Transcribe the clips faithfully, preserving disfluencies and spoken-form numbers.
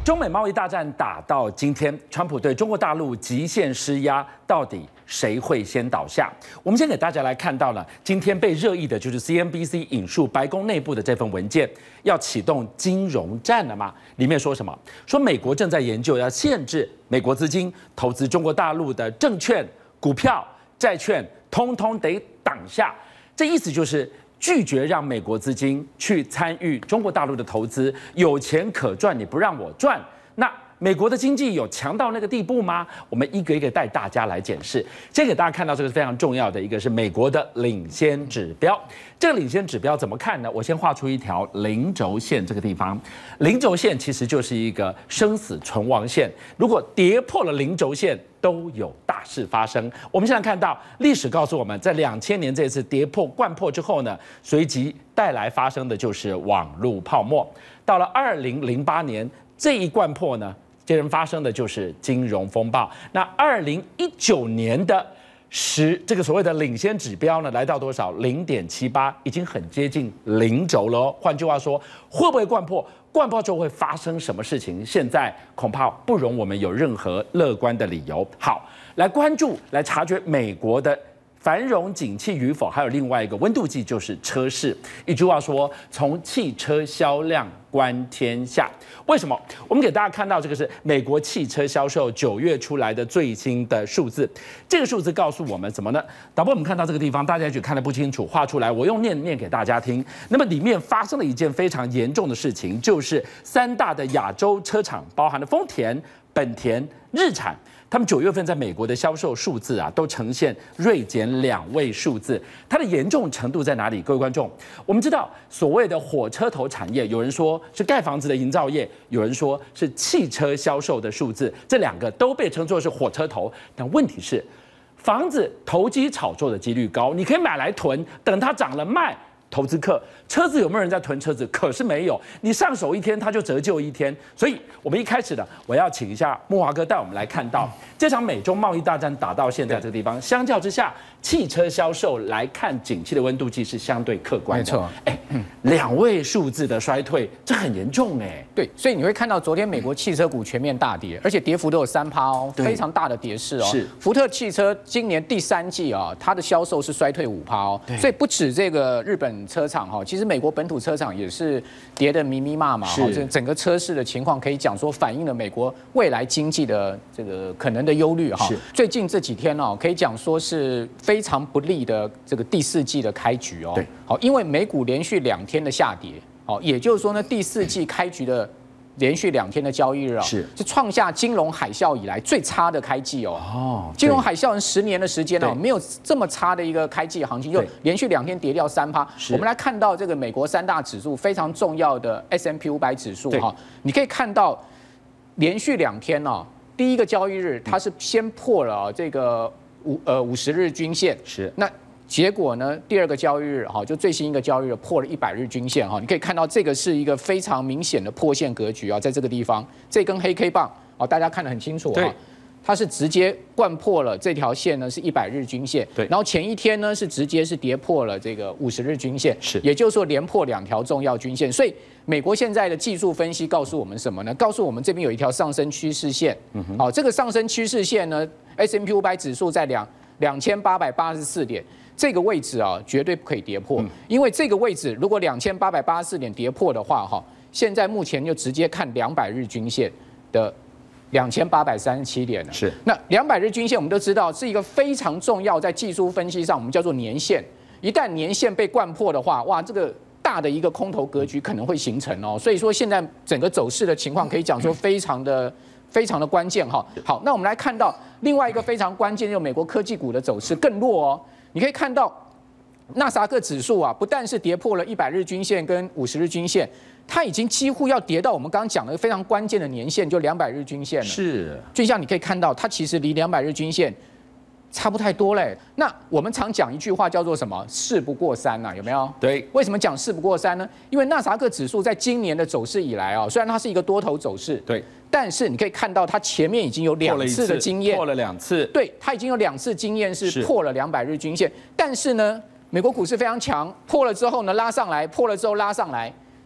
中美贸易大战打到今天，川普对中国大陆极限施压，到底谁会先倒下？我们先给大家来看到了，今天被热议的就是 C N B C 引述白宫内部的这份文件，要启动金融战了吗？里面说什么？说美国正在研究要限制美国资金投资中国大陆的证券、股票、债券，通通得挡下。这意思就是拒绝让美国资金去参与中国大陆的投资，有钱可赚，你不让我赚，那美国的经济有强到那个地步吗？我们一个一个带大家来检视。先给大家看到这个非常重要的一个是美国的领先指标。这个领先指标怎么看呢？我先画出一条零轴线，这个地方，零轴线其实就是一个生死存亡线。如果跌破了零轴线，都有大事发生。我们现在看到历史告诉我们，在两千年这次跌破掼破之后呢，随即带来发生的就是网络泡沫。到了二零零八年这一掼破呢，接着发生的就是金融风暴。那二零一九年的十这个所谓的领先指标呢，来到多少？零点七八，已经很接近零轴了哦。换句话说，会不会掼破？掼破之后会发生什么事情？现在恐怕不容我们有任何乐观的理由。好，来关注、来察觉美国的繁荣景气与否，还有另外一个温度计，就是车市。一句话说，从汽车销量观天下。为什么？我们给大家看到这个是美国汽车销售九月出来的最新的数字。这个数字告诉我们什么呢？导播，我们看到这个地方，大家也许看得不清楚，画出来，我用念念给大家听。那么里面发生了一件非常严重的事情，就是三大的亚洲车厂，包含了丰田、本田、日产。他们九月份在美国的销售数字啊，都呈现锐减两位数字。它的严重程度在哪里？各位观众，我们知道所谓的火车头产业，有人说是盖房子的营造业，有人说是汽车销售的数字，这两个都被称作是火车头。但问题是，房子投机炒作的几率高，你可以买来囤，等它涨了卖。投资客，车子有没有人在囤车子？可是没有，你上手一天，它就折旧一天。所以，我们一开始呢，我要请一下木华哥带我们来看到这场美中贸易大战打到现在这个地方，相较之下，汽车销售来看景气的温度计是相对客观的。 没错， 哎，两位数字的衰退，这很严重哎。 对，所以你会看到昨天美国汽车股全面大跌，而且跌幅都有三趴哦，非常大的跌势哦。 是， 福特汽车今年第三季啊，它的销售是衰退五趴哦，所以不止这个日本车厂哈，其实美国本土车厂也是跌得密密麻麻哈，这整个车市的情况可以讲说反映了美国未来经济的这个可能的忧虑哈。最近这几天哦，可以讲说是非常不利的这个第四季的开局哦。好，因为美股连续两天的下跌，好，也就是说呢，第四季开局的连续两天的交易日啊，是是创下金融海啸以来最差的开季哦。哦，金融海啸十年的时间哦，没有这么差的一个开季行情，就连续两天跌掉三趴。我们来看到这个美国三大指数非常重要的 S and P 五百指数哈，你可以看到连续两天哦，第一个交易日它是先破了这个五呃五十日均线，是那。结果呢？第二个交易日，哈，就最新一个交易日破了一百日均线，哈，你可以看到这个是一个非常明显的破线格局啊，在这个地方，这根黑 K 棒，哦，大家看得很清楚啊，它是直接掼破了这条线呢，是一百日均线，对，然后前一天呢是直接是跌破了这个五十日均线，是，也就是说连破两条重要均线，所以美国现在的技术分析告诉我们什么呢？告诉我们这边有一条上升趋势线，嗯哼，好，这个上升趋势线呢 ，S and P 五百指数在两两千八百八十四点。这个位置啊，绝对不可以跌破，因为这个位置如果两千八百八十四点跌破的话，哈，现在目前就直接看两百日均线的两千八百三十七点了。是，那两百日均线我们都知道是一个非常重要，在技术分析上我们叫做年线，一旦年线被掼破的话，哇，这个大的一个空头格局可能会形成哦。所以说现在整个走势的情况可以讲说非常的。非常的关键哈。好，那我们来看到另外一个非常关键，就是美国科技股的走势更弱哦。你可以看到纳斯达克指数啊，不但是跌破了一百日均线跟五十日均线，它已经几乎要跌到我们刚刚讲的非常关键的年线，就两百日均线了。是，就像你可以看到，它其实离两百日均线差不太多嘞。那我们常讲一句话叫做什么？事不过三呐、啊，有没有？对。为什么讲事不过三呢？因为纳斯达克指数在今年的走势以来啊，虽然它是一个多头走势，对。但是你可以看到，它前面已经有两次的经验，破了两次，对，它已经有两次经验是破了两百日均线。但是呢，美国股市非常强，破了之后呢拉上来，破了之后拉上来，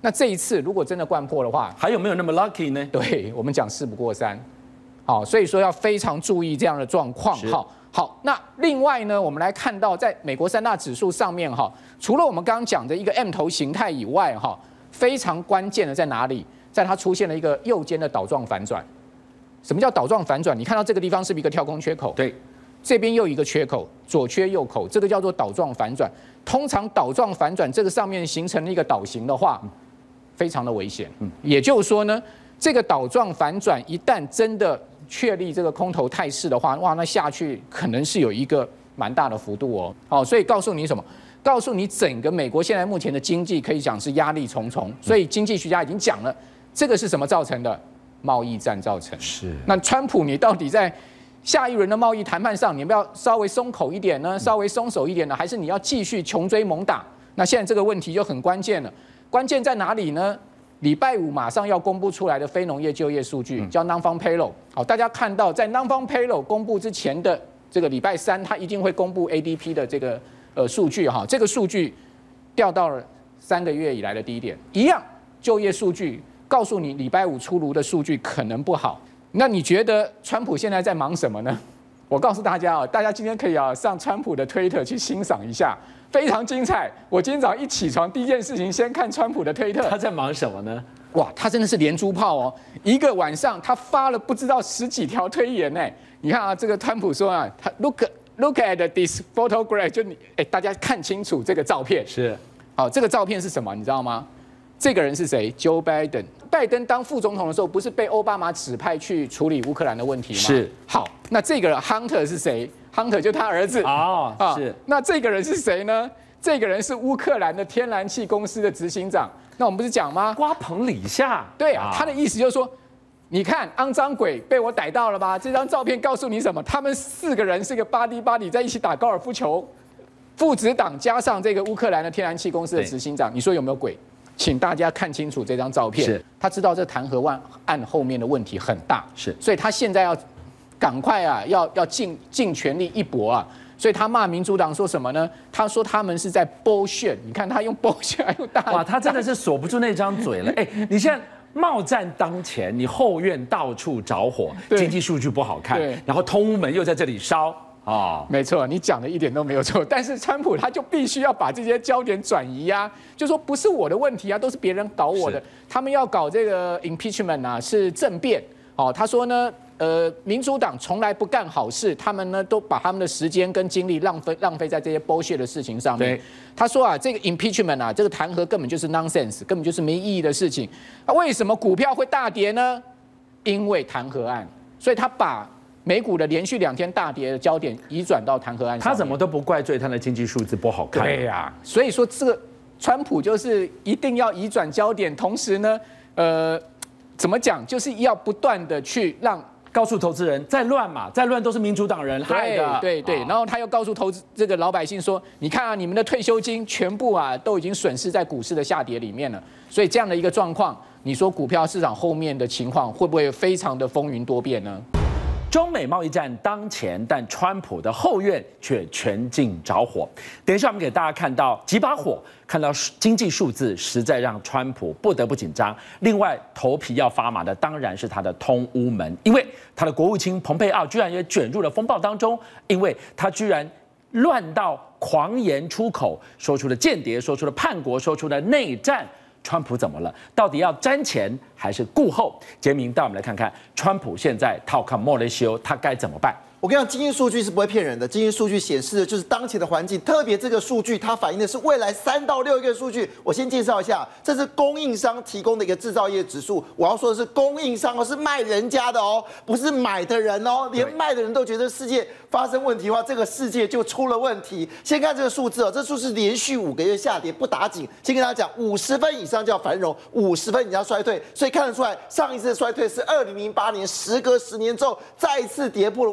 那这一次如果真的掼破的话， 还有没有那么 lucky 呢？ 对我们讲事不过三，好，所以说要非常注意这样的状况。好，好，那另外呢，我们来看到在美国三大指数上面哈，除了我们刚刚讲的一个 M 头形态以外哈，非常关键的在哪里？在它出现了一个右肩的倒状反转。什么叫倒状反转？你看到这个地方是不是一个跳空缺口？ 对， 这边又一个缺口，左缺右口，这个叫做倒状反转。通常倒状反转这个上面形成了一个倒形的话，非常的危险。嗯，也就是说呢，这个倒状反转一旦真的确立这个空头态势的话，哇，那下去可能是有一个蛮大的幅度哦。好，所以告诉你什么？告诉你整个美国现在目前的经济可以讲是压力重重。所以经济学家已经讲了，这个是什么造成的？贸易战造成。是。那川普，你到底在下一轮的贸易谈判上，你要不要稍微松口一点呢？稍微松手一点呢？还是你要继续穷追猛打？那现在这个问题就很关键了。关键在哪里呢？礼拜五马上要公布出来的非农业就业数据叫 Non-Farm Payroll。好，大家看到在 Non-Farm Payroll 公布之前的这个礼拜三，它一定会公布 A D P 的这个呃数据哈。这个数据掉到了三个月以来的低点，一样就业数据。告诉你，礼拜五出炉的数据可能不好。那你觉得川普现在在忙什么呢？我告诉大家啊，大家今天可以啊上川普的推特去欣赏一下，非常精彩。我今天早上一起床，第一件事情先看川普的推特。 他在忙什么呢？ 哇，他真的是连珠炮哦！一个晚上他发了不知道十几条推言呢。你看啊，这个川普说啊，他 look look at this photograph， 就你哎，大家看清楚这个照片。 是， 好，这个照片是什么？你知道吗？这个人是谁 ？Joe Biden。拜登当副总统的时候，不是被奥巴马指派去处理乌克兰的问题吗？ 是。 好，那这个人 Hunter 是谁 ？Hunter 就他儿子。 哦，啊，是。 那这个人是谁呢？这个人是乌克兰的天然气公司的执行长。那我们不是讲吗？ 瓜棚李下。 对啊，他的意思就是说，你看肮脏鬼被我逮到了吧？这张照片告诉你什么？他们四个人是个巴迪巴迪在一起打高尔夫球，父子党加上这个乌克兰的天然气公司的执行长，你说有没有鬼？请大家看清楚这张照片。是，他知道这弹劾案后面的问题很大，是，所以他现在要赶快啊，要要尽尽全力一搏啊。所以他骂民主党说什么呢？他说他们是在剥削。你看他用剥削还用大哇，他真的是锁不住那张嘴了。哎，你现在贸战当前，你后院到处着火，经济数据不好看，然后通乌门又在这里烧。哦， 没错，你讲的一点都没有错。但是川普他就必须要把这些焦点转移啊，就说不是我的问题啊，都是别人搞我的。他们要搞这个 impeachment 啊，是政变。哦，他说呢，呃，民主党从来不干好事，他们呢都把他们的时间跟精力浪费浪费在这些bullshit的事情上面。他说啊，这个 impeachment 啊，这个弹劾根本就是 nonsense， 根本就是没意义的事情。那为什么股票会大跌呢？因为弹劾案，所以他把美股的连续两天大跌的焦点移转到弹劾案上面。 他怎么都不怪罪他的经济数字不好看。 对呀、啊，所以说这个川普就是一定要移转焦点，同时呢，呃，怎么讲，就是要不断的去让告诉投资人，再乱嘛，再乱都是民主党人害的。 对对对，然后他又告诉投资这个老百姓说，你看啊，你们的退休金全部啊都已经损失在股市的下跌里面了。所以这样的一个状况，你说股票市场后面的情况会不会非常的风云多变呢？ 中美贸易战当前，但川普的后院却全境着火。等一下，我们给大家看到几把火，看到经济数字，实在让川普不得不紧张。另外，头皮要发麻的当然是他的通乌门，因为他的国务卿蓬佩奥居然也卷入了风暴当中，因为他居然乱到狂言出口，说出了间谍，说出了叛国，说出了内战。川普怎么了？到底要瞻前还是顾后？杰明带我们来看看，川普现在套看莫雷修，他该怎么办？ 我跟你讲，经济数据是不会骗人的。经济数据显示的就是当前的环境，特别这个数据，它反映的是未来三到六个月数据。我先介绍一下，这是供应商提供的一个制造业指数。我要说的是供应商哦，是卖人家的哦，不是买的人哦。连卖的人都觉得世界发生问题的话，这个世界就出了问题。先看这个数字哦，这数是连续五个月下跌不打紧。先跟大家讲，五十分以上叫繁荣，五十分以下衰退。所以看得出来，上一次的衰退是二零零八年，时隔十年之后再一次跌破了五十分。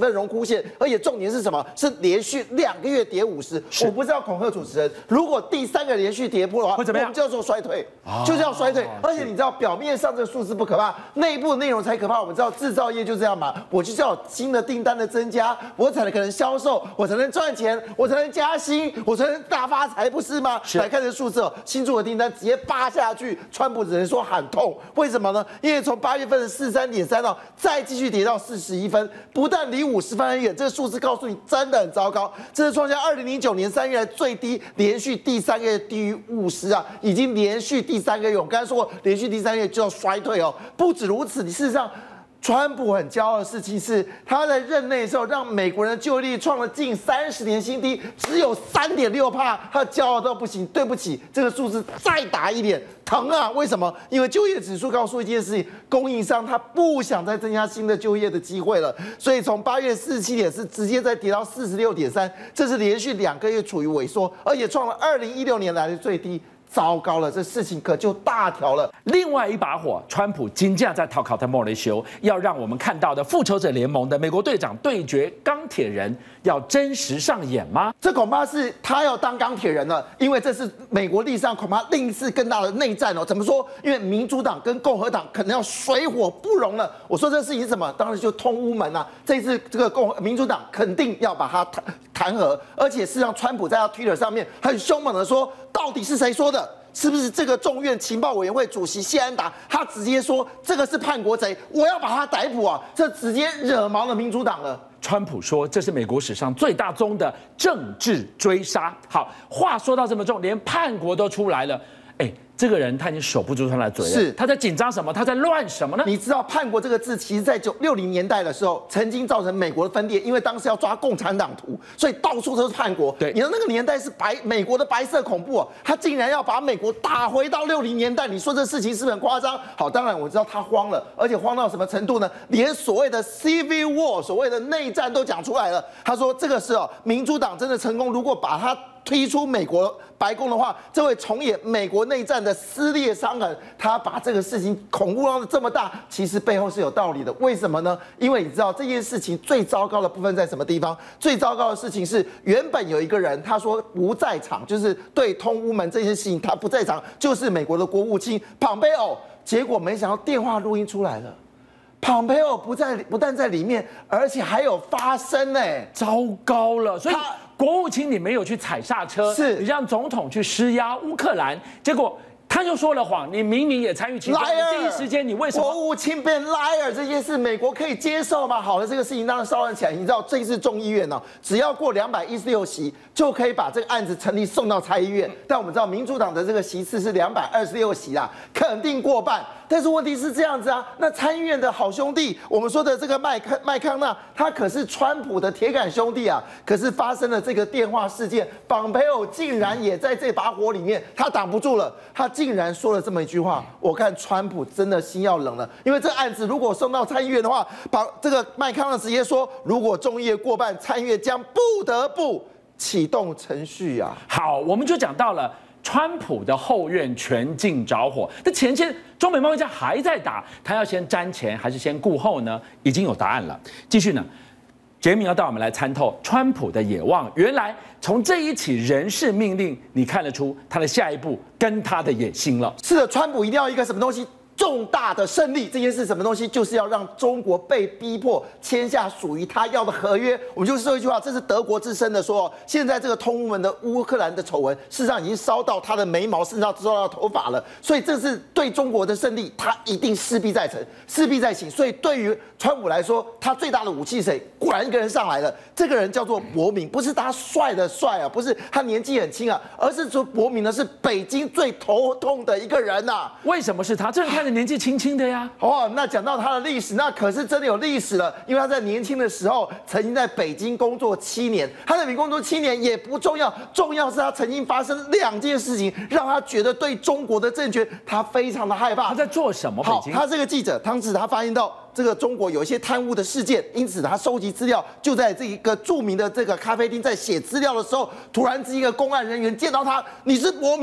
份荣枯线，而且重点是什么？是连续两个月跌五十。我不是要恐吓主持人，如果第三个连续跌破的话， 会怎么样？ 我们就要做衰退，就是要衰退。而且你知道，表面上这个数字不可怕，内部内容才可怕。我们知道制造业就这样嘛，我就是要有新的订单的增加，我才能可能销售，我才能赚钱，我才能加薪，我才能大发财，不是吗？来看这数字哦，新出的订单直接扒下去，川普只能说喊痛。为什么呢？因为从八月份的四十三点三哦，再继续跌到四十一分，不但离五十分很远，这个数字告诉你真的很糟糕。这是创下二零零九年三月来最低，连续第三个月低于五十啊，已经连续第三个月。我刚才说过，连续第三个月就要衰退哦。不止如此，你事实上。川普很骄傲的事情是，他在任内的时候让美国人的就业率创了近三十年新低，只有三点六帕，他骄傲到不行。对不起，这个数字再打一点，疼啊！为什么？因为就业指数告诉一件事情，供应商他不想再增加新的就业的机会了，所以从八月四十七点四直接再跌到四十六点三，这是连续两个月处于萎缩，而且创了二零一六年来的最低。糟糕了，这事情可就大条了。 另外一把火，川普金价在讨考的莫雷修，要让我们看到的复仇者联盟的美国队长对决钢铁人，要真实上演吗？ 这恐怕是他要当钢铁人了，因为这是美国历史上恐怕另一次更大的内战哦。怎么说？因为民主党跟共和党可能要水火不容了。我说这事情是什么？当然就通乌门啊。这次这个共民主党肯定要把它弹弹劾，而且事实上，川普在他 Twitter 上面很凶猛的说，到底是谁说的？是不是这个众院情报委员会主席谢安达，他直接说这个是叛国贼，我要把他逮捕啊！这直接惹毛了民主党了。 川普说这是美国史上最大宗的政治追杀。好，话说到这么重，连叛国都出来了，哎。这个人他已经守不住他的嘴了， 是他在紧张什么？他在乱什么呢？ 你知道“叛国”这个字，其实在九六零年代的时候，曾经造成美国的分裂，因为当时要抓共产党徒，所以到处都是叛国。 对， 你的那个年代是白美国的白色恐怖哦，他竟然要把美国打回到六零年代，你说这事情是不是很夸张？好，当然我知道他慌了，而且慌到什么程度呢？连所谓的 Civil War， 所谓的内战都讲出来了。他说这个是哦，民主党真的成功，如果把他推出美国白宫的话，这会重演美国内战的撕裂伤痕。他把这个事情恐怖到这么大，其实背后是有道理的。为什么呢？因为你知道这件事情最糟糕的部分在什么地方？最糟糕的事情是，原本有一个人他说不在场，就是对通乌门这件事情他不在场，就是美国的国务卿蓬佩奥。结果没想到电话录音出来了。蓬佩奥不在，不但在里面，而且还有发声呢， 糟糕了！所以国务卿你没有去踩刹车， 是你让总统去施压乌克兰，结果他就说了谎，你明明也参与其中，第一时间你为什么？ 国务卿变 liar 这件事，美国可以接受吗？好了，这个事情当然烧了起来。你知道这次众议院呢、哦，只要过两百一十六席，就可以把这个案子成立送到参议院。但我们知道民主党的这个席次是两百二十六席啦，肯定过半。但是问题是这样子啊，那参议院的好兄弟，我们说的这个麦康麦康纳，他可是川普的铁杆兄弟啊。可是发生了这个电话事件，蓬佩奥竟然也在这把火里面，他挡不住了，他竟然说了这么一句话。我看川普真的心要冷了，因为这个案子如果送到参议院的话，把这个麦康纳直接说，如果众议院过半，参议院将不得不启动程序啊。 好，我们就讲到了。川普的后院全境着火，但前线中美贸易战还在打，他要先瞻前还是先顾后呢？已经有答案了。继续呢，杰明要带我们来参透川普的野望。原来从这一起人事命令，你看得出他的下一步跟他的野心了。 是的，川普一定要一个什么东西？重大的胜利，这件事什么东西？就是要让中国被逼迫签下属于他要的合约。我们就说一句话，这是德国之声的说，现在这个通乌门的乌克兰的丑闻，事实上已经烧到他的眉毛，甚至烧到头发了。所以这是对中国的胜利，他一定势必在成，势必在行。所以对于川普来说，他最大的武器是谁？果然一个人上来了，这个人叫做伯明，不是他帅的帅啊，不是他年纪很轻啊，而是说伯明呢是北京最头痛的一个人呐、啊。 为什么是他？这人看着年纪轻轻的呀。 哦，那讲到他的历史，那可是真的有历史了，因为他在年轻的时候曾经在北京工作七年。他在北京工作七年也不重要，重要是他曾经发生两件事情，让他觉得对中国的政权他非常的害怕。 他在做什么？ 好，他这个记者当时他发现到这个中国有一些贪污的事件，因此他收集资料，就在这一个著名的这个咖啡厅在写资料的时候，突然之一个公安人员见到他，你是伯明啊？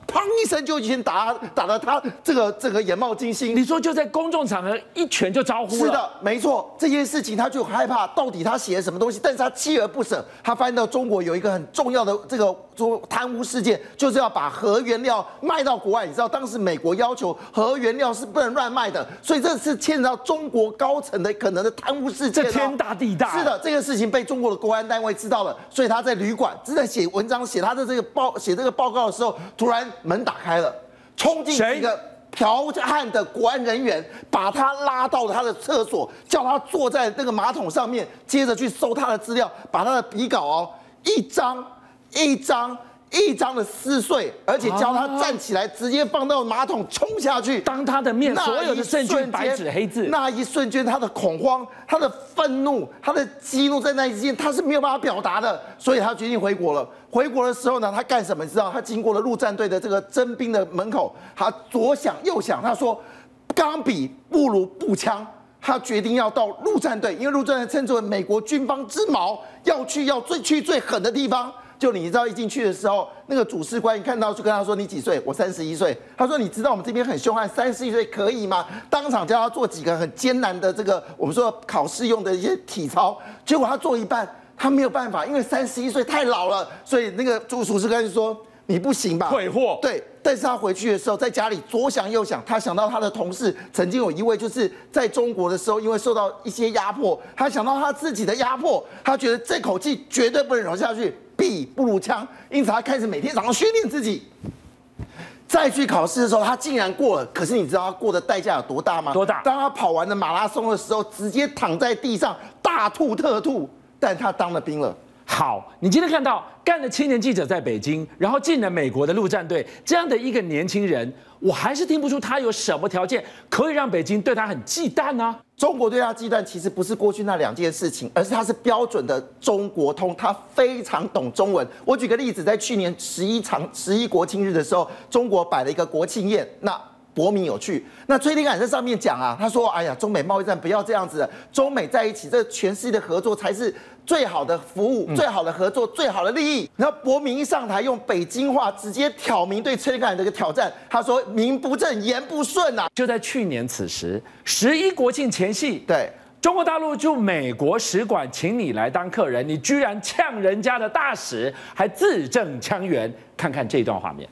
砰一声就已经打打得他这个这个眼冒金星。 你说就在公众场合一拳就招呼了？ 是的，没错，这件事情他就害怕到底他写了什么东西，但是他锲而不舍，他发现到中国有一个很重要的这个说贪污事件，就是要把核原料卖到国外。你知道当时美国要求核原料是不能乱卖的，所以这是牵扯到中国高层的可能的贪污事件、哦， 这天大地大。 是的，这个事情被中国的国安单位知道了，所以他在旅馆正在写文章、写他的这个报、写这个报告的时候，突然门打开了，冲进一个剽悍的国安人员，把他拉到了他的厕所，叫他坐在那个马桶上面，接着去搜他的资料，把他的笔稿哦一张一张。一张的撕碎，而且教他站起来，直接放到马桶冲下去， 当他的面，所有的证据白纸黑字。 那一瞬间，他的恐慌、他的愤怒、他的激怒，在那一瞬间他是没有办法表达的，所以他决定回国了。回国的时候呢，他干什么？你知道，他经过了陆战队的这个征兵的门口，他左想右想，他说：“钢笔不如步枪。”他决定要到陆战队，因为陆战队称之为美国军方之矛，要去要最去最狠的地方。就你知道一进去的时候，那个主事官一看到就跟他说：“你几岁？”我三十一岁。他说：“你知道我们这边很凶悍，三十一岁可以吗？”当场叫他做几个很艰难的这个我们说考试用的一些体操，结果他做一半，他没有办法，因为三十一岁太老了，所以那个主主事官就说：“你不行吧？” 退货。 对。但是他回去的时候，在家里左想右想，他想到他的同事曾经有一位就是在中国的时候，因为受到一些压迫，他想到他自己的压迫，他觉得这口气绝对不能容下去，笔不如枪，因此他开始每天早上训练自己。再去考试的时候，他竟然过了。可是你知道他过的代价有多大吗？ 多大？ 当他跑完了马拉松的时候，直接躺在地上大吐特吐。但他当了兵了。 好，你今天看到干了七年记者在北京，然后进了美国的陆战队，这样的一个年轻人，我还是听不出他有什么条件可以让北京对他很忌惮呢、啊？ 中国对他忌惮其实不是过去那两件事情，而是他是标准的中国通，他非常懂中文。我举个例子，在去年十一长十一国庆日的时候，中国摆了一个国庆宴，那博民有去，那崔天凯在上面讲啊，他说：“哎呀，中美贸易战不要这样子，中美在一起，这全世界的合作才是最好的服务、最好的合作、最好的利益。”然后博民一上台，用北京话直接挑明对崔天凯的一个挑战，他说：“名不正言不顺啊！” 就在去年此时，十一国庆前夕， 对。 中国大陆驻美国使馆请你来当客人，你居然呛人家的大使，还字正腔圆。看看这段画面。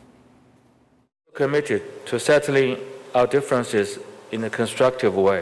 Committed to settling our differences in a constructive way,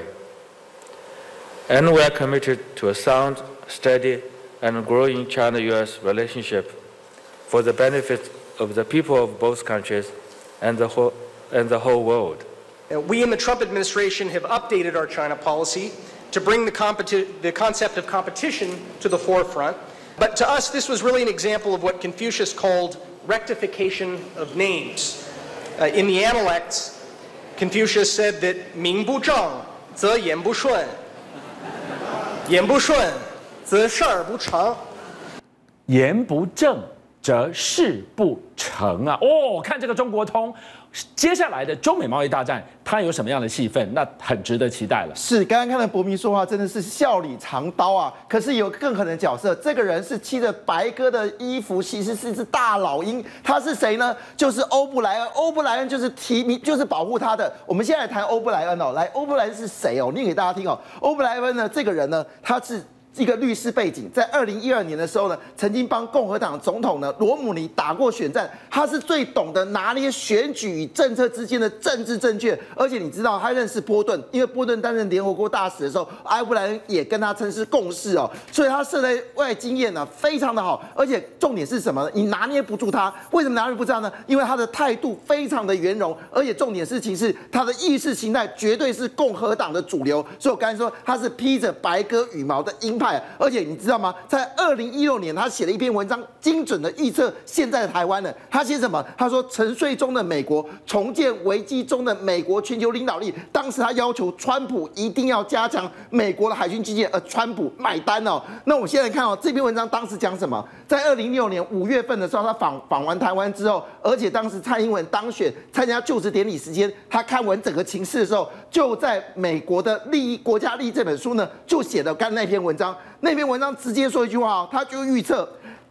and we are committed to a sound, steady, and growing China-U S relationship for the benefit of the people of both countries and the whole and the whole world. We in the Trump administration have updated our China policy to bring the, competi- the concept of competition to the forefront. But to us, this was really an example of what Confucius called rectification of names. Uh, in the Analects, Confucius said that 名不正则言不顺，言不顺则事儿不成。 言不正则事不成啊！哦，看这个中国通。接下来的中美贸易大战，它有什么样的戏份？那很值得期待了。 是，刚刚看到博民说话，真的是笑里藏刀啊！可是有更狠的角色，这个人是披着白鸽的衣服，其实是一只大老鹰。他是谁呢？就是欧布莱恩。欧布莱恩就是提名，就是保护他的。我们现在来谈欧布莱恩哦。来，欧布莱恩是谁哦？念给大家听哦。欧布莱恩呢，这个人呢，他是一个律师背景，在二零一二年的时候呢，曾经帮共和党总统呢罗姆尼打过选战，他是最懂得拿捏选举与政策之间的政治正确，而且你知道他认识波顿，因为波顿担任联合国大使的时候，埃布莱恩也跟他曾是共事哦，所以他涉内外经验呢非常的好，而且重点是什么呢？你拿捏不住他，为什么拿捏不住他呢？因为他的态度非常的圆融，而且重点是其实他的意识形态绝对是共和党的主流，所以我刚才说他是披着白鸽羽毛的鹰。而且你知道吗？在二零一六年，他写了一篇文章，精准的预测现在的台湾呢。他写什么？他说沉睡中的美国重建危机中的美国全球领导力。当时他要求川普一定要加强美国的海军基建，而川普买单哦。那我们现在看哦，这篇文章当时讲什么？在二零一六年五月份的时候，他访访完台湾之后，而且当时蔡英文当选参加就职典礼时间，他看完整个情势的时候，就在美国的利益国家利益这本书呢，就写了刚那篇文章。那篇文章直接说一句话哦，他就预测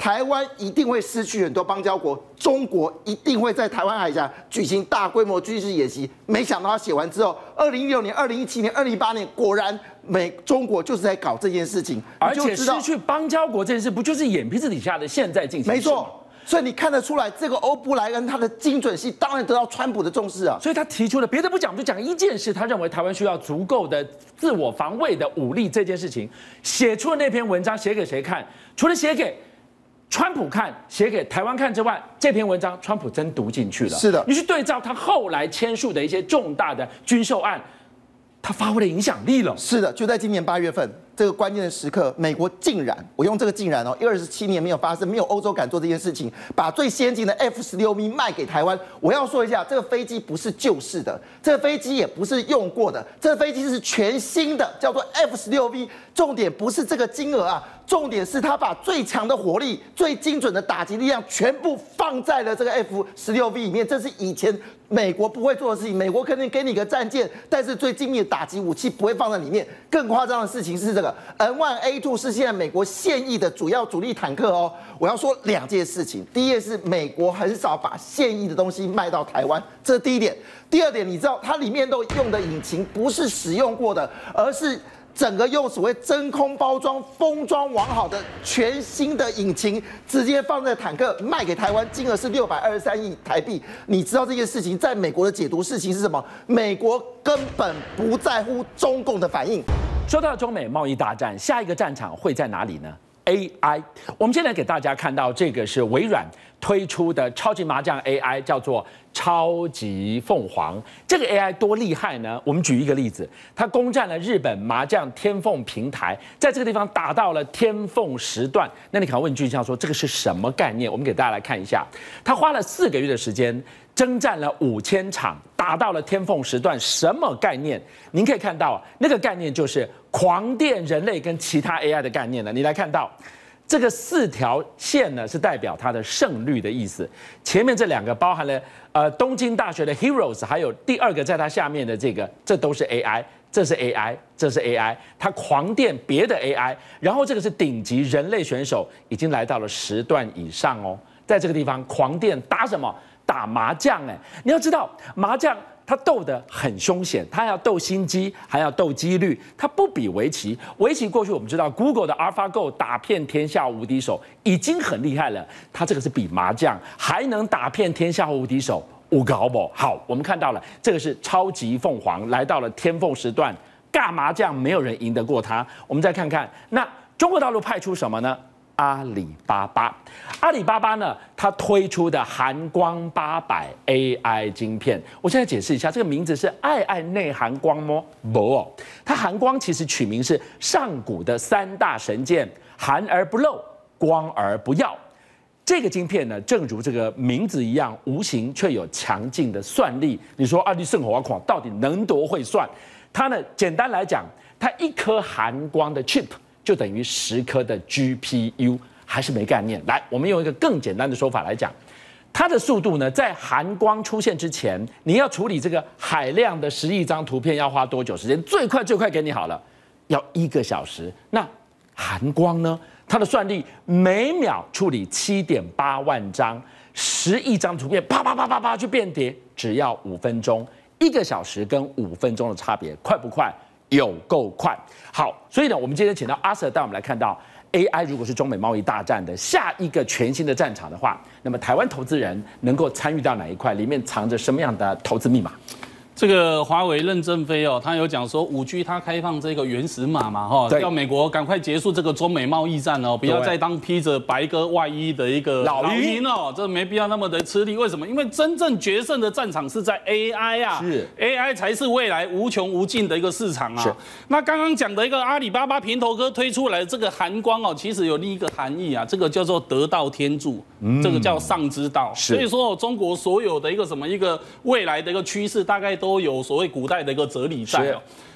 台湾一定会失去很多邦交国，中国一定会在台湾海峡举行大规模军事演习。没想到他写完之后，二零一六年、二零一七年、二零一八年，果然美中国就是在搞这件事情， 而且失去邦交国这件事，不就是眼皮子底下的现在进行？ 没错。所以你看得出来，这个欧布莱恩他的精准性当然得到川普的重视啊。 所以他提出了别的不讲，就讲一件事，他认为台湾需要足够的自我防卫的武力这件事情，写出了那篇文章，写给谁看？除了写给川普看，写给台湾看之外，这篇文章川普真读进去了。 是的， 你去对照他后来签署的一些重大的军售案，他发挥了影响力了。 是的，就在今年八月份。这个关键的时刻，美国竟然，我用这个竟然哦，二十七年没有发生，没有欧洲敢做这件事情，把最先进的 F 十六 V 卖给台湾。我要说一下，这个飞机不是旧式的，这个飞机也不是用过的，这个飞机是全新的，叫做 F 十六 V。重点不是这个金额啊，重点是他把最强的火力、最精准的打击力量全部放在了这个 F 十六 V 里面，这是以前美国不会做的事情。美国可能给你个战舰，但是最精密的打击武器不会放在里面。更夸张的事情是这个 N 一 A 二 是现在美国现役的主要主力坦克哦。我要说两件事情，第一件是美国很少把现役的东西卖到台湾，这是第一点。第二点，你知道它里面都用的引擎不是使用过的，而是整个用所谓真空包装、封装完好的全新的引擎，直接放在坦克卖给台湾，金额是六百二十三亿台币。你知道这件事情在美国的解读事情是什么？美国根本不在乎中共的反应。 说到中美贸易大战，下一个战场会在哪里呢？A I， 我们现在给大家看到这个是微软推出的超级麻将 A I， 叫做超级凤凰。这个 A I 多厉害呢？我们举一个例子，它攻占了日本麻将天凤平台，在这个地方打到了天凤时段。那你可能问俊相说，这个是什么概念？我们给大家来看一下，他花了四个月的时间，征战了五千场，打到了天凤时段，什么概念？您可以看到，那个概念就是狂电人类跟其他 A I 的概念了。你来看到这个四条线呢，是代表它的胜率的意思。前面这两个包含了呃东京大学的 Heroes， 还有第二个在它下面的这个，这都是 A I， 这是 A I， 这是 A I， 它狂电别的 A I， 然后这个是顶级人类选手，已经来到了十段以上哦，在这个地方狂电打什么？打麻将哎，你要知道麻将它斗得很凶险，它要斗心机，还要斗几率，它不比围棋。围棋过去我们知道 ，Google 的 AlphaGo 打遍天下无敌手已经很厉害了，它这个是比麻将还能打遍天下无敌手，有搞不？好，我们看到了这个是超级凤凰来到了天凤时段，尬麻将没有人赢得过它。我们再看看，那中国大陆派出什么呢？阿里巴巴，阿里巴巴呢，它推出的寒光八百 A I 晶片，我现在解释一下，这个名字是爱爱内含光吗？不哦，它寒光其实取名是上古的三大神剑，寒而不漏，光而不耀。这个晶片呢，正如这个名字一样，无形却有强劲的算力。你说阿里圣火狂到底能多会算？它呢，简单来讲，它一颗寒光的 chip。就等于十颗的 G P U， 还是没概念。来，我们用一个更简单的说法来讲，它的速度呢，在寒光出现之前，你要处理这个海量的十亿张图片要花多久时间？最快最快给你好了，要一个小时。那寒光呢？它的算力每秒处理七点八万张，十亿张图片，啪啪啪啪啪去变叠，只要五分钟。一个小时跟五分钟的差别，快不快？有够快。好，所以呢，我们今天请到阿 Sir 带我们来看到 A I 如果是中美贸易大战的下一个全新的战场的话，那么台湾投资人能够参与到哪一块？里面藏着什么样的投资密码？ 这个华为任正非哦，他有讲说五 G 它开放这个原始码嘛，哈，要美国赶快结束这个中美贸易战哦，不要再当披着白鸽外衣的一个老鹰哦，这没必要那么的吃力。为什么？因为真正决胜的战场是在 A I 啊，是 A I 才是未来无穷无尽的一个市场啊。那刚刚讲的一个阿里巴巴平头哥推出来的这个寒光哦，其实有另一个含义啊，这个叫做得道天助，嗯、这个叫上之道。所以说、哦、中国所有的一个什么一个未来的一个趋势，大概都有所谓古代的一个哲理在哦。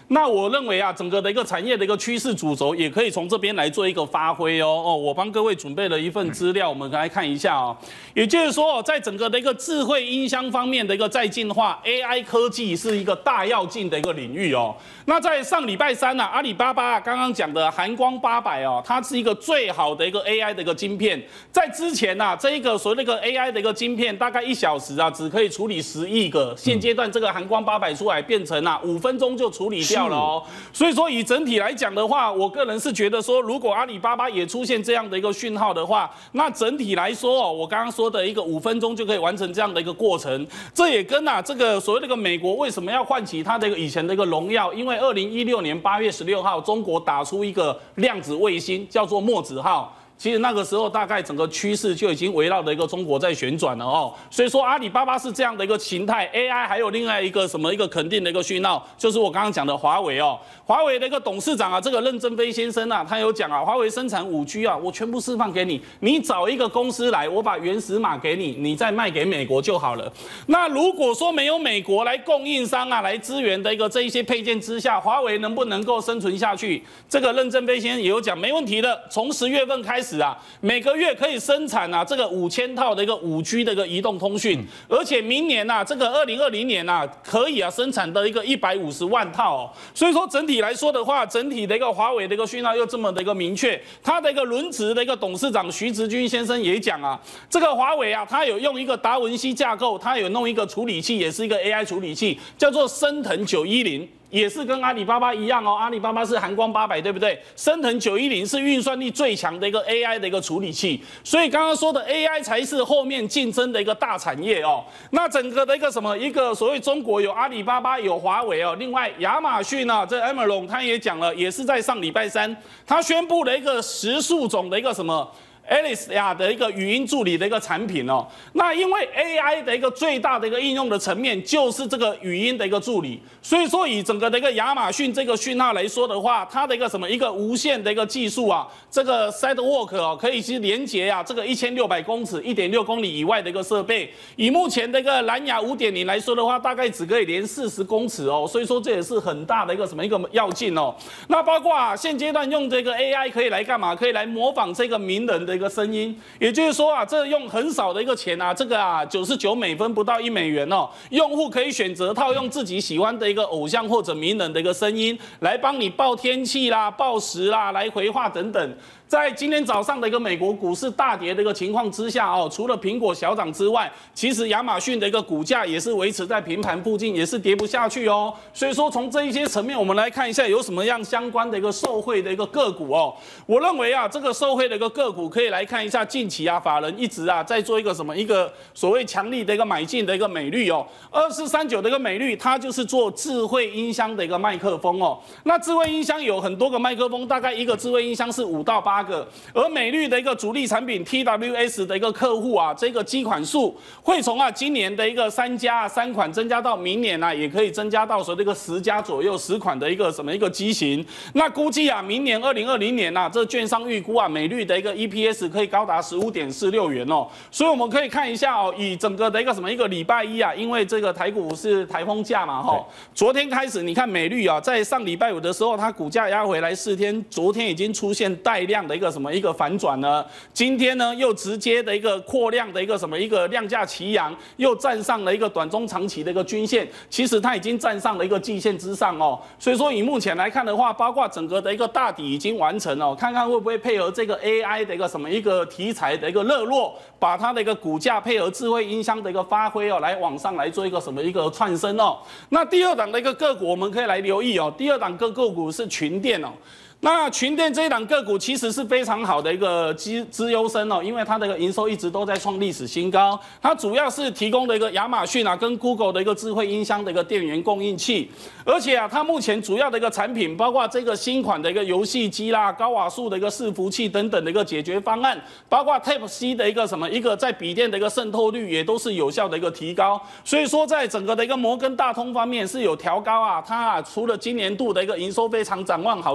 那我认为啊，整个的一个产业的一个趋势主轴也可以从这边来做一个发挥哦。哦，我帮各位准备了一份资料，我们来看一下哦。也就是说，在整个的一个智慧音箱方面的一个再进化 ，A I 科技是一个大跃进的一个领域哦。那在上礼拜三呢、啊，阿里巴巴刚刚讲的寒光八百哦，它是一个最好的一个 A I 的一个晶片。在之前呢、啊，这一个所谓的一个 A I 的一个晶片，大概一小时啊，只可以处理十亿个。现阶段这个寒光八百出来，变成啊五分钟就处理掉了哦。所以说以整体来讲的话，我个人是觉得说，如果阿里巴巴也出现这样的一个讯号的话，那整体来说哦，我刚刚说的一个五分钟就可以完成这样的一个过程，这也跟啊这个所谓的一个美国为什么要唤起它的一个以前的一个荣耀，因为二零一六年八月十六号，中国打出一个量子卫星，叫做墨子号。其实那个时候大概整个趋势就已经围绕着一个中国在旋转了哦，所以说阿里巴巴是这样的一个形态 ，A I 还有另外一个什么一个肯定的一个讯号，就是我刚刚讲的华为哦，华为的一个董事长啊，这个任正非先生啊，他有讲啊，华为生产五 G 啊，我全部释放给你，你找一个公司来，我把原始码给你，你再卖给美国就好了。那如果说没有美国来供应商啊来支援的一个这一些配件之下，华为能不能够生存下去？这个任正非先生也有讲，没问题的，从十月份开始。啊，每个月可以生产啊这个五千套的一个五 G 的一个移动通讯，而且明年啊这个二零二零年啊可以啊生产的一个一百五十万套哦。所以说整体来说的话，整体的一个华为的一个讯号又这么的一个明确，它的一个轮值的一个董事长徐直军先生也讲啊，这个华为啊，它有用一个达文西架构，它有弄一个处理器，也是一个 A I 处理器，叫做升腾九一零。也是跟阿里巴巴一样哦，阿里巴巴是寒光八百，对不对？升腾九一零是运算力最强的一个 A I 的一个处理器，所以刚刚说的 A I 才是后面竞争的一个大产业哦。那整个的一个什么，一个所谓中国有阿里巴巴有华为哦，另外亚马逊呢、啊，这 Amazon 他也讲了，也是在上礼拜三，他宣布了一个十数种的一个什么。Alexa 的一个语音助理的一个产品哦，那因为 A I 的一个最大的一个应用的层面就是这个语音的一个助理，所以说以整个的一个亚马逊这个讯号来说的话，它的一个什么一个无线的一个技术啊，这个 Sidewalk 哦，可以去连接啊这个一千六百公尺、一点六公里以外的一个设备。以目前的一个蓝牙五点零来说的话，大概只可以连四十公尺哦，所以说这也是很大的一个什么一个要进哦。那包括啊现阶段用这个 A I 可以来干嘛？可以来模仿这个名人的一个声音，也就是说啊，这用很少的一个钱啊，这个啊九十九美分不到一美元哦，用户可以选择套用自己喜欢的一个偶像或者名人的一个声音，来帮你报天气啦、报时啦、来回话等等。在今天早上的一个美国股市大跌的一个情况之下哦，除了苹果小涨之外，其实亚马逊的一个股价也是维持在平盘附近，也是跌不下去哦。所以说从这一些层面，我们来看一下有什么样相关的一个受惠的一个个股哦。我认为啊，这个受惠的一个个股可以来看一下近期啊，法人一直啊在做一个什么一个所谓强力的一个买进的一个美率哦，二四三九的一个美率，它就是做智慧音箱的一个麦克风哦。那智慧音箱有很多个麦克风，大概一个智慧音箱是五到八。八个，而美律的一个主力产品 T W S 的一个客户啊，这个机款数会从啊今年的一个三家三款增加到明年啊，也可以增加到说这个十家左右十款的一个什么一个机型。那估计啊，明年二零二零年啊，这券商预估啊，美律的一个 E P S 可以高达十五点四六元哦。所以我们可以看一下哦，以整个的一个什么一个礼拜一啊，因为这个台股是台风假嘛哈，昨天开始你看美律啊，在上礼拜五的时候，它股价压回来四天，昨天已经出现带量的一个什么一个反转呢？今天呢又直接的一个扩量的一个什么一个量价齐扬，又站上了一个短中长期的一个均线，其实它已经站上了一个季线之上哦。所以说以目前来看的话，包括整个的一个大底已经完成了，看看会不会配合这个 A I 的一个什么一个题材的一个热络，把它的一个股价配合智慧音箱的一个发挥哦，来往上来做一个什么一个窜升哦。那第二档的一个个股我们可以来留意哦，第二档个个股是群电哦。那群电这一档个股其实是非常好的一个资资优生哦，因为它的营收一直都在创历史新高。它主要是提供的一个亚马逊啊跟 Google 的一个智慧音箱的一个电源供应器，而且啊，它目前主要的一个产品包括这个新款的一个游戏机啦、高瓦数的一个伺服器等等的一个解决方案，包括 Type C 的一个什么一个在笔电的一个渗透率也都是有效的一个提高。所以说，在整个的一个摩根大通方面是有调高啊，它啊除了今年度的一个营收非常展望好之外，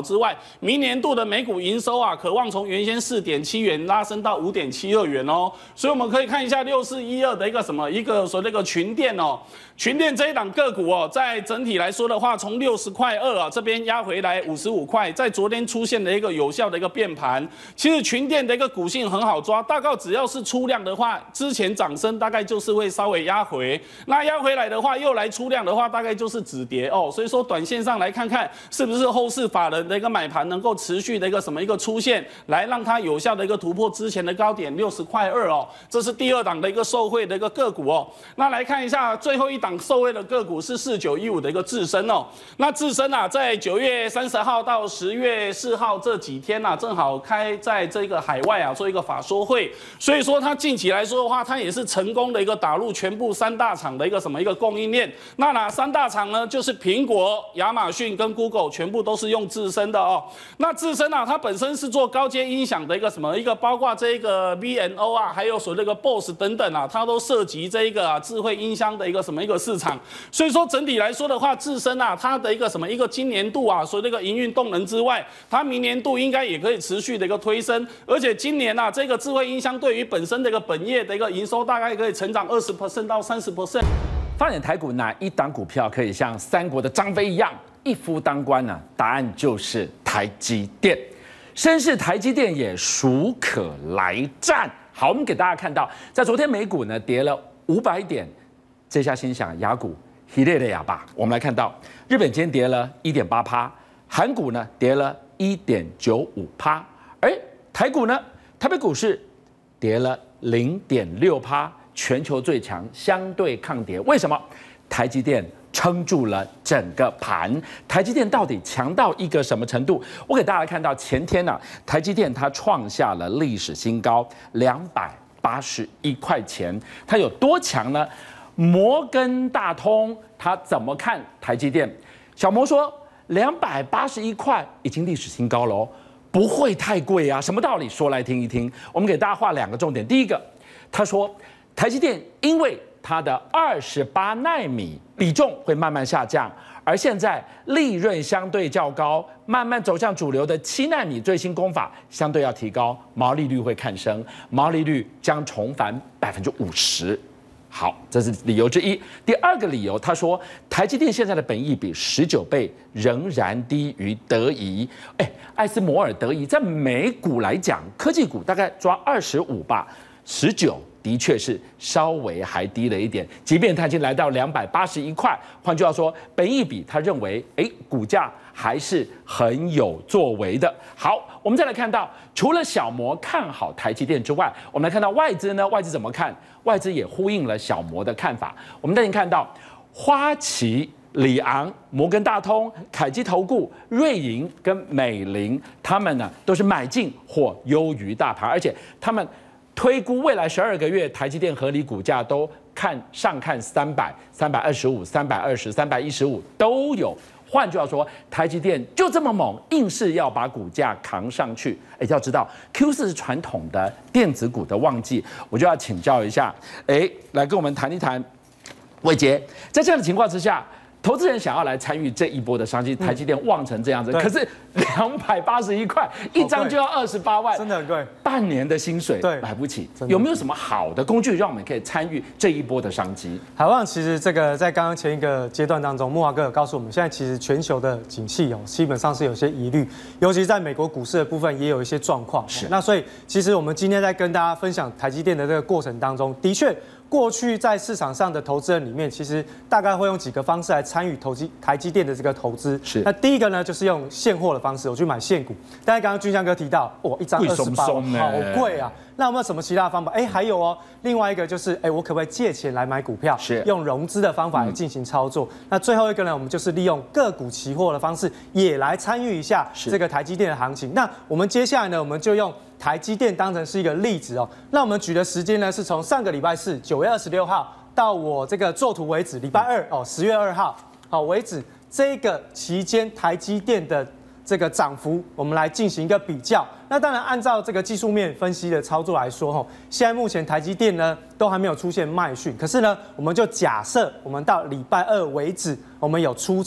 明年度的每股营收啊，渴望从原先四点七元拉升到五点七二元哦。所以我们可以看一下六四一二的一个什么一个所谓的一个群电哦，群电这一档个股哦，在整体来说的话，从六十块二啊这边压回来五十五块，在昨天出现了一个有效的一个变盘。其实群电的一个股性很好抓，大概只要是出量的话，之前涨升大概就是会稍微压回，那压回来的话又来出量的话，大概就是止跌哦。所以说短线上来看看是不是后市法人的一个买盘能够持续的一个什么一个出现，来让它有效的一个突破之前的高点六十块二哦。这是第二档的一个受惠的一个个股哦。那来看一下最后一档受惠的个股是四九一五的一个智深哦。那智深啊，在九月三十号到十月四号这几天啊，正好开在这个海外啊做一个法说会，所以说它近期来说的话，它也是成功的一个打入全部三大厂的一个什么一个供应链。那哪三大厂呢？就是苹果、亚马逊跟 Google 全部都是用智深的哦。那智深啊，它本身是做高阶音响的一个什么一个，包括这个 V N O 啊，还有所谓的一个 B O S S 等等啊，它都涉及这一个啊智慧音箱的一个什么一个市场。所以说整体来说的话，智深啊，它的一个什么一个今年度啊，所谓的一个营运动能之外，它明年度应该也可以持续的一个推升。而且今年啊，这个智慧音箱对于本身的一个本业的一个营收，大概可以成长二十 percent 到三十 percent。 发展台股哪一档股票可以像三国的张飞一样一夫当关呢？答案就是台积电。身是台积电也孰可来战？好，我们给大家看到，在昨天美股呢跌了五百点，这下心想雅股一列的哑巴。我们来看到日本今天跌了 一点八趴，韩股呢跌了 一点九五趴，而台股呢，台北股市跌了 零点六趴。全球最强相对抗跌，为什么？台积电撑住了整个盘。台积电到底强到一个什么程度？我给大家看到，前天呢、啊，台积电它创下了历史新高，两百八十一块钱。它有多强呢？摩根大通它怎么看台积电？小摩说，两百八十一块已经历史新高了哦，不会太贵啊？什么道理？说来听一听。我们给大家画两个重点。第一个，他说。台积电因为它的二十八奈米比重会慢慢下降，而现在利润相对较高，慢慢走向主流的七奈米最新工法相对要提高，毛利率会看升，毛利率将重返百分之五十。好，这是理由之一。第二个理由，他说台积电现在的本益比十九倍仍然低于德仪。哎，艾斯摩尔德仪在美股来讲，科技股大概抓二十五吧，十九。的确是稍微还低了一点，即便它已经来到两百八十一块，换句话说，本益比他认为，哎，股价还是很有作为的。好，我们再来看到，除了小摩看好台积电之外，我们来看到外资呢，外资怎么看？外资也呼应了小摩的看法。我们带您看到，花旗、里昂、摩根大通、凯基投顾、瑞银跟美林，他们呢都是买进或优于大盘，而且他们。推估未来十二个月台积电合理股价都看上看三百、三百二十五、三百二十、三百一十五都有。换句话说，台积电就这么猛，硬是要把股价扛上去。哎，要知道 Q 四是传统的电子股的旺季，我就要请教一下，哎，来跟我们谈一谈，伟杰，在这样的情况之下。投资人想要来参与这一波的商机，台积电旺成这样子，可是两百八十一块一张就要二十八万， 真的很贵， 半年的薪水买不起。有没有什么好的工具让我们可以参与这一波的商机？ 海旺其实这个在刚刚前一个阶段当中，木华哥有告诉我们，现在其实全球的景气哦，基本上是有些疑虑，尤其在美国股市的部分也有一些状况。是，那所以其实我们今天在跟大家分享台积电的这个过程当中，的确。过去在市场上的投资人里面，其实大概会用几个方式来参与投机台积电的这个投资。是，那第一个呢，就是用现货的方式，我去买现股。但是刚刚俊相哥提到，哇，一张二十八万，好贵啊！那有没有什么其他的方法？哎，还有哦，另外一个就是，哎，我可不可以借钱来买股票？是，用融资的方法来进行操作。嗯、那最后一个呢，我们就是利用个股期货的方式，也来参与一下这个台积电的行情。那我们接下来呢，我们就用。台积电当成是一个例子哦，那我们举的时间呢是从上个礼拜四九月二十六号到我这个作图为止，礼拜二哦十月二号好为止，这个期间台积电的这个涨幅，我们来进行一个比较。那当然按照这个技术面分析的操作来说，吼，现在目前台积电呢都还没有出现卖讯，可是呢，我们就假设我们到礼拜二为止，我们有出场。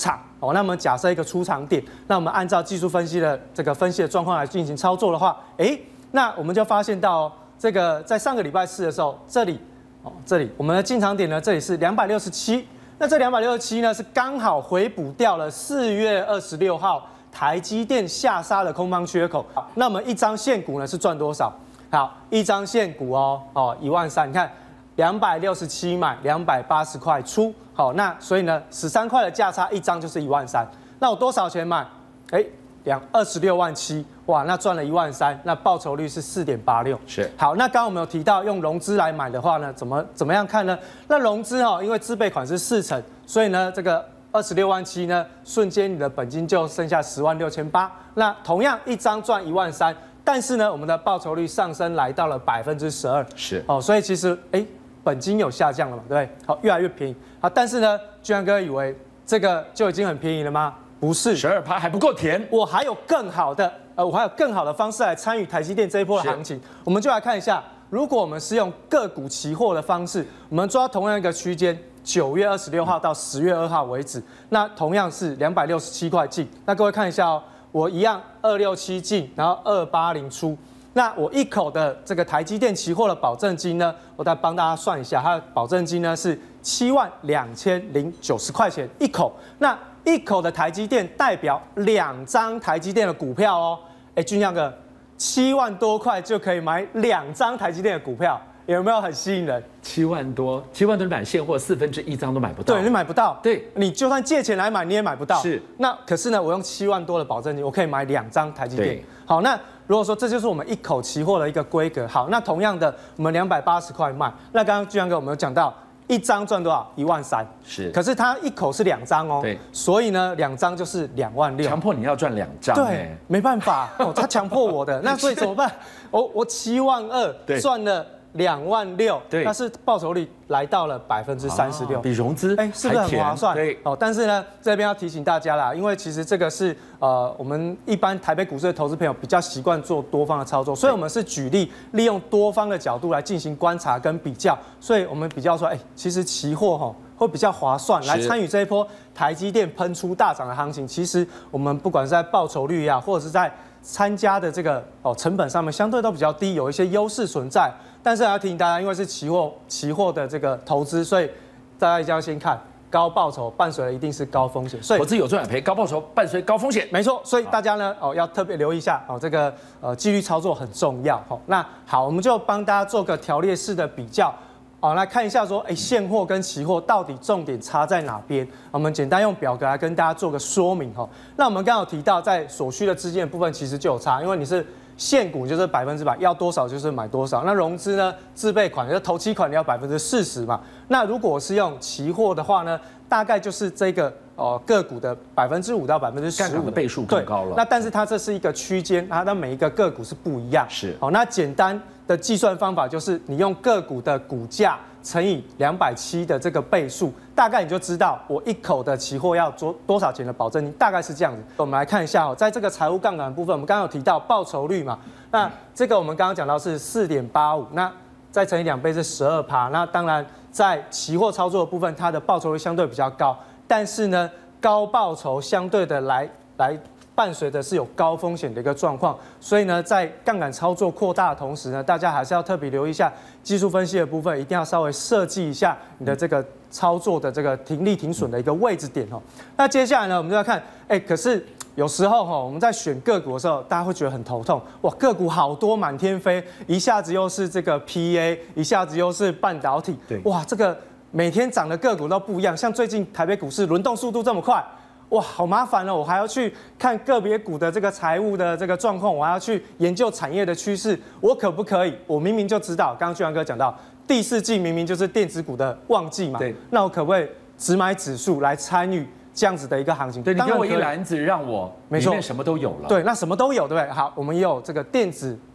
哦，那么假设一个出场点，那我们按照技术分析的这个分析的状况来进行操作的话，哎，那我们就发现到、哦、这个在上个礼拜四的时候，这里哦，这里我们的进场点呢，这里是两百六十七，那这两百六十七呢是刚好回补掉了四月二十六号台积电下杀的空方缺口。好，那我们一张现股呢是赚多少？好，一张现股哦，哦一万三，你看两百六十七买，两百八十块出。好，那所以呢，十三块的价差一张就是一万三。那我多少钱买？哎，两二十六万七，哇，那赚了一万三，那报酬率是四点八六。 是。 好，那刚刚我们有提到用融资来买的话呢，怎么怎么样看呢？那融资哦，因为自备款是四成，所以呢，这个二十六万七呢，瞬间你的本金就剩下十万六千八。那同样一张赚一万三，但是呢，我们的报酬率上升来到了百分之十二。 是。 哦，所以其实哎。本金有下降了嘛，对不对？好，越来越便宜。好，但是呢，居然哥以为这个就已经很便宜了吗？不是， 十二趴还不够甜。 我还有更好的，呃，我还有更好的方式来参与台积电这一波的行情。我们就来看一下，如果我们是用个股期货的方式，我们抓同样一个区间，九月二十六号到十月二号为止，那同样是两百六十七块进。那各位看一下哦，我一样二六七进，然后二八零出。那我一口的这个台积电期货的保证金呢，我再帮大家算一下，它的保证金呢是七万两千零九十块钱一口。那一口的台积电代表两张台积电的股票哦。哎，俊相哥，七万多块就可以买两张台积电的股票，有没有很吸引人？ 七万多，七万多买现货，四分之一张都买不到。 对，你买不到。 对， 你就算借钱来买，你也买不到。 是。 那可是呢，我用七万多的保证金，我可以买两张台积电。好，那如果说这就是我们一口期货的一个规格，好，那同样的，我们两百八十块卖，那刚刚居然哥我们有讲到一张赚多少？一万三。 是。 可是它一口是两张哦。 对。 所以呢，两张就是两万六。 强迫你要赚两张。 对，没办法，哦，他强迫我的，那所以怎么办？我我七万二赚了两万六，对，但是报酬率来到了百分之三十六， 比融资哎，是不是很划算？ 对， 哦，但是呢，这边要提醒大家啦，因为其实这个是呃我们一般台北股市的投资朋友比较习惯做多方的操作，所以我们是举例利用多方的角度来进行观察跟比较，所以我们比较说，哎，其实期货哈会比较划算，来参与这一波台积电喷出大涨的行情。其实我们不管是在报酬率呀、啊，或者是在参加的这个哦成本上面，相对都比较低，有一些优势存在。但是还要提醒大家，因为是期货，期货的这个投资，所以大家一定要先看高报酬伴随的一定是高风险。所以投资有赚有赔，高报酬伴随高风险， 没错。所以大家呢哦要特别留意一下哦，这个呃纪律操作很重要。好，那好，我们就帮大家做个条列式的比较。好，来看一下说，哎，现货跟期货到底重点差在哪边？我们简单用表格来跟大家做个说明哈。那我们刚刚有提到，在所需的资金的部分其实就有差，因为你是现股就是百分之百，要多少就是买多少。那融资呢，自备款就头期款你要百分之四十嘛。那如果是用期货的话呢，大概就是这个哦个股的百分之五到百分之十五的倍数更高了。 那但是它这是一个区间，它的每一个个股是不一样。 是。 好，那简单的计算方法就是你用个股的股价乘以两百七的这个倍数，大概你就知道我一口的期货要做多少钱的保证金，大概是这样子。我们来看一下哦，在这个财务杠杆的部分，我们刚刚有提到报酬率嘛，那这个我们刚刚讲到是四点八五，那再乘以两倍是十二趴。那当然在期货操作的部分，它的报酬率相对比较高，但是呢，高报酬相对的来来。伴随的是有高风险的一个状况，所以呢，在杠杆操作扩大的同时呢，大家还是要特别留意一下技术分析的部分，一定要稍微设计一下你的这个操作的这个停利停损的一个位置点哦。那接下来呢，我们就要看，哎，可是有时候哈，我们在选个股的时候，大家会觉得很头痛，哇，个股好多满天飞，一下子又是这个 P A， 一下子又是半导体，对，哇，这个每天涨的个股都不一样，像最近台北股市轮动速度这么快。哇，好麻烦哦！我还要去看个别股的这个财务的这个状况，我还要去研究产业的趋势，我可不可以？我明明就知道，刚刚俊阳哥讲到，第四季明明就是电子股的旺季嘛，对，那我可不可以只买指数来参与这样子的一个行情？ 对，你给我一篮子，让我里面什么都有了。 对，那什么都有，对不对？好，我们也有这个电子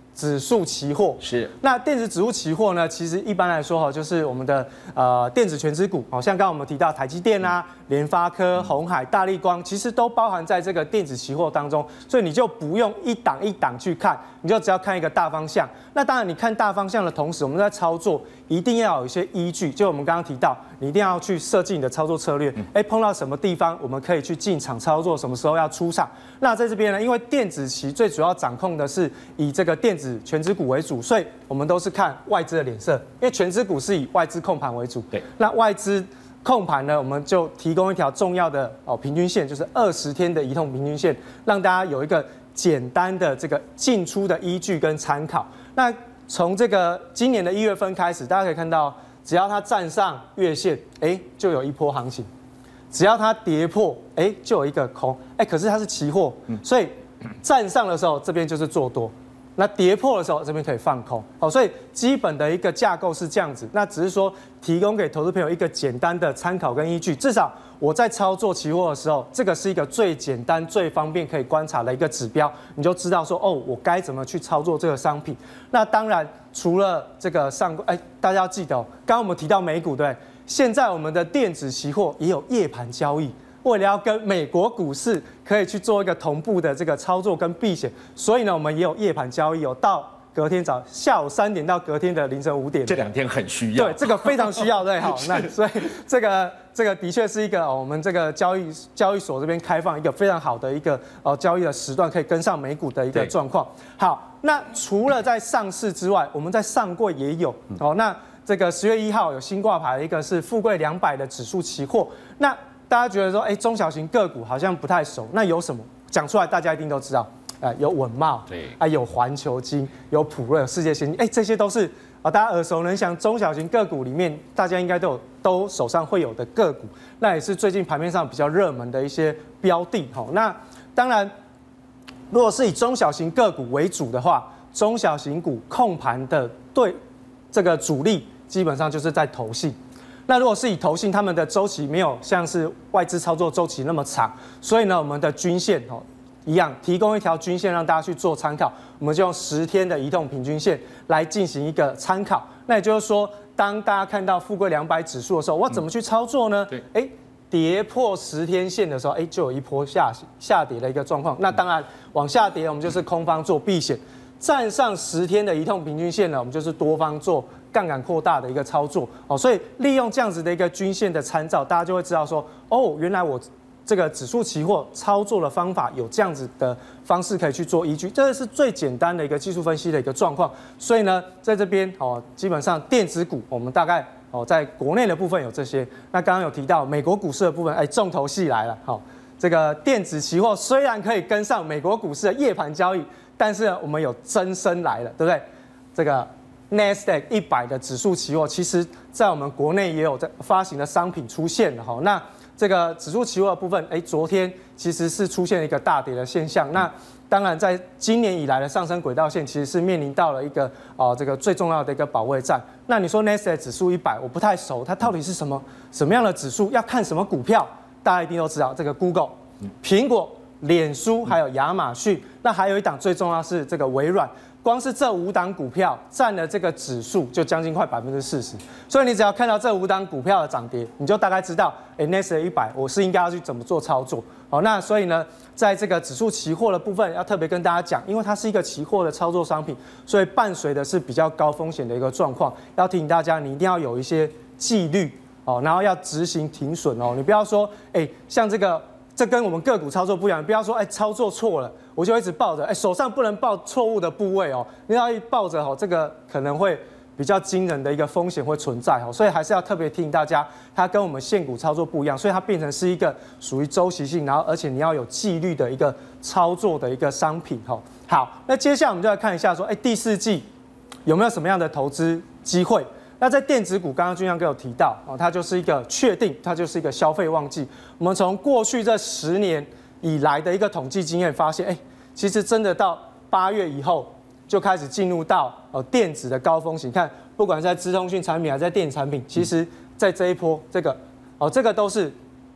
指数期货是， 那电子指数期货呢？其实一般来说哈，就是我们的呃电子权值股，好像刚刚我们提到台积电啊、联发科、鸿海、大立光，其实都包含在这个电子期货当中，所以你就不用一档一档去看，你就只要看一个大方向。那当然，你看大方向的同时，我们在操作一定要有一些依据，就我们刚刚提到，你一定要去设计你的操作策略。哎，碰到什么地方我们可以去进场操作，什么时候要出场？那在这边呢，因为电子期最主要掌控的是以这个电子权值股为主，所以我们都是看外资的脸色，因为权值股是以外资控盘为主。 对， 那外资控盘呢，我们就提供一条重要的哦平均线，就是二十天的移动平均线，让大家有一个简单的这个进出的依据跟参考。那从这个今年的一月份开始，大家可以看到，只要它站上月线，哎，就有一波行情；只要它跌破，哎，就有一个空。哎，可是它是期货，所以站上的时候，这边就是做多。那跌破的时候，这边可以放空，好，所以基本的一个架构是这样子。那只是说提供给投资朋友一个简单的参考跟依据，至少我在操作期货的时候，这个是一个最简单、最方便可以观察的一个指标，你就知道说哦，我该怎么去操作这个商品。那当然，除了这个上，哎，大家要记得哦，刚刚我们提到美股，对，现在我们的电子期货也有夜盘交易。为了要跟美国股市可以去做一个同步的这个操作跟避险，所以呢，我们也有夜盘交易哦，到隔天早下午三点到隔天的凌晨五点， 这两天很需要。 对，这个非常需要，对，好，那所以这个这个的确是一个、哦、我们这个交易交易所这边开放一个非常好的一个呃交易的时段，可以跟上美股的一个状况。好，那除了在上市之外，我们在上柜也有哦。那这个十月一号有新挂牌的一个是富贵两百的指数期货，那。大家觉得说，哎，中小型个股好像不太熟，那有什么？讲出来大家一定都知道，啊、呃，有稳懋，对，啊，有环球金，有普瑞，有世界先进，哎，这些都是啊，大家耳熟能详，中小型个股里面大家应该都有都手上会有的个股，那也是最近盘面上比较热门的一些标的，哈。那当然，如果是以中小型个股为主的话，中小型股控盘的对这个主力基本上就是在投信。那如果是以投信，他们的周期没有像是外资操作周期那么长，所以呢，我们的均线哦一样提供一条均线让大家去做参考，我们就用十天的移动平均线来进行一个参考。那也就是说，当大家看到富贵两百指数的时候，我怎么去操作呢？对，哎，跌破十天线的时候，哎，就有一波下下跌的一个状况。那当然往下跌，我们就是空方做避险；站上十天的移动平均线呢，我们就是多方做杠杆扩大的一个操作哦，所以利用这样子的一个均线的参照，大家就会知道说，哦，原来我这个指数期货操作的方法有这样子的方式可以去做依据，这是最简单的一个技术分析的一个状况。所以呢，在这边哦，基本上电子股我们大概哦在国内的部分有这些，那刚刚有提到美国股市的部分，哎，重头戏来了，好，这个电子期货虽然可以跟上美国股市的夜盘交易，但是呢，我们有真身来了，对不对？这个Nasdaq 一百的指数期货，其实在我们国内也有在发行的商品出现了哈。那这个指数期货的部分，哎，昨天其实是出现一个大跌的现象。那当然，在今年以来的上升轨道线，其实是面临到了一个哦、呃、这个最重要的一个保卫战。那你说 Nasdaq 指数一百，我不太熟，它到底是什么什么样的指数？要看什么股票？大家一定都知道，这个 Google、苹果、脸书还有亚马逊。那还有一档最重要是这个微软。光是这五档股票占了这个指数就将近快百分之四十，所以你只要看到这五档股票的涨跌，你就大概知道，哎 ，Nasdaq 一百我是应该要去怎么做操作。好，那所以呢，在这个指数期货的部分要特别跟大家讲，因为它是一个期货的操作商品，所以伴随的是比较高风险的一个状况，要提醒大家，你一定要有一些纪律哦，然后要执行停损哦，你不要说，哎，像这个。这跟我们个股操作不一样，不要说哎操作错了，我就一直抱着，哎手上不能抱错误的部位哦，你要一抱着哦，这个可能会比较惊人的一个风险会存在哦，所以还是要特别提醒大家，它跟我们现股操作不一样，所以它变成是一个属于周期性，然后而且你要有纪律的一个操作的一个商品哦。好，那接下来我们就来看一下说，哎第四季有没有什么样的投资机会？那在电子股，刚刚俊相哥有提到哦，它就是一个确定，它就是一个消费旺季。我们从过去这十年以来的一个统计经验发现，哎，其实真的到八月以后就开始进入到呃电子的高峰期。看，不管在资通讯产品还是在电子产品，其实在这一波这个哦，这个都是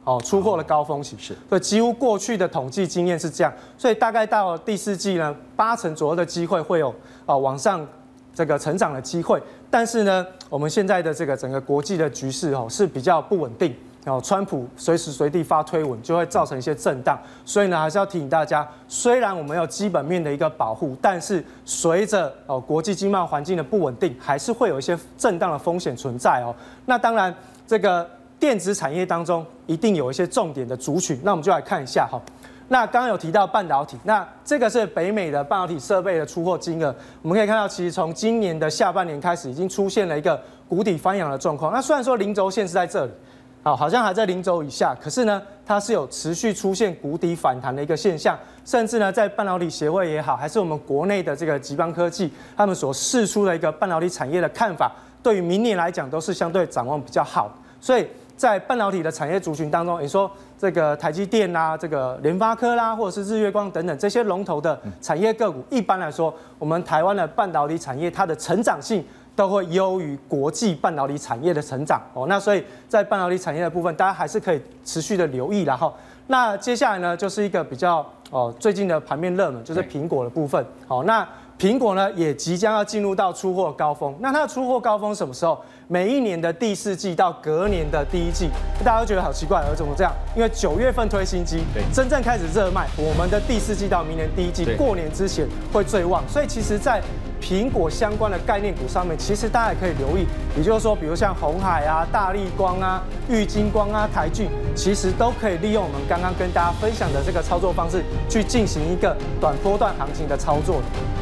哦，出货的高峰期是， 所以几乎过去的统计经验是这样，所以大概到第四季呢，八成左右的机会会有啊往上这个成长的机会，但是呢，我们现在的这个整个国际的局势哦是比较不稳定，哦，川普随时随地发推文就会造成一些震荡，所以呢还是要提醒大家，虽然我们有基本面的一个保护，但是随着哦国际经贸环境的不稳定，还是会有一些震荡的风险存在哦。那当然这个。电子产业当中一定有一些重点的族群，那我们就来看一下哈。那刚刚有提到半导体，那这个是北美的半导体设备的出货金额，我们可以看到，其实从今年的下半年开始，已经出现了一个谷底翻扬的状况。那虽然说零轴线是在这里，好，好像还在零轴以下，可是呢，它是有持续出现谷底反弹的一个现象，甚至呢，在半导体协会也好，还是我们国内的这个集邦科技，他们所释出的一个半导体产业的看法，对于明年来讲都是相对展望比较好，所以。在半导体的产业族群当中，你说这个台积电啦、这个联发科啦，或者是日月光等等这些龙头的产业个股，一般来说，我们台湾的半导体产业它的成长性都会优于国际半导体产业的成长哦。那所以在半导体产业的部分，大家还是可以持续的留意，然后那接下来呢，就是一个比较哦最近的盘面热门，就是苹果的部分。好，那苹果呢也即将要进入到出货高峰，那它的出货高峰什么时候？每一年的第四季到隔年的第一季，大家都觉得好奇怪，而怎么这样？因为九月份推新机，真正开始热卖，我们的第四季到明年第一季过年之前会最旺，所以其实，在苹果相关的概念股上面，其实大家也可以留意，也就是说，比如像鸿海啊、大立光啊、玉晶光啊、台骏，其实都可以利用我们刚刚跟大家分享的这个操作方式，去进行一个短波段行情的操作。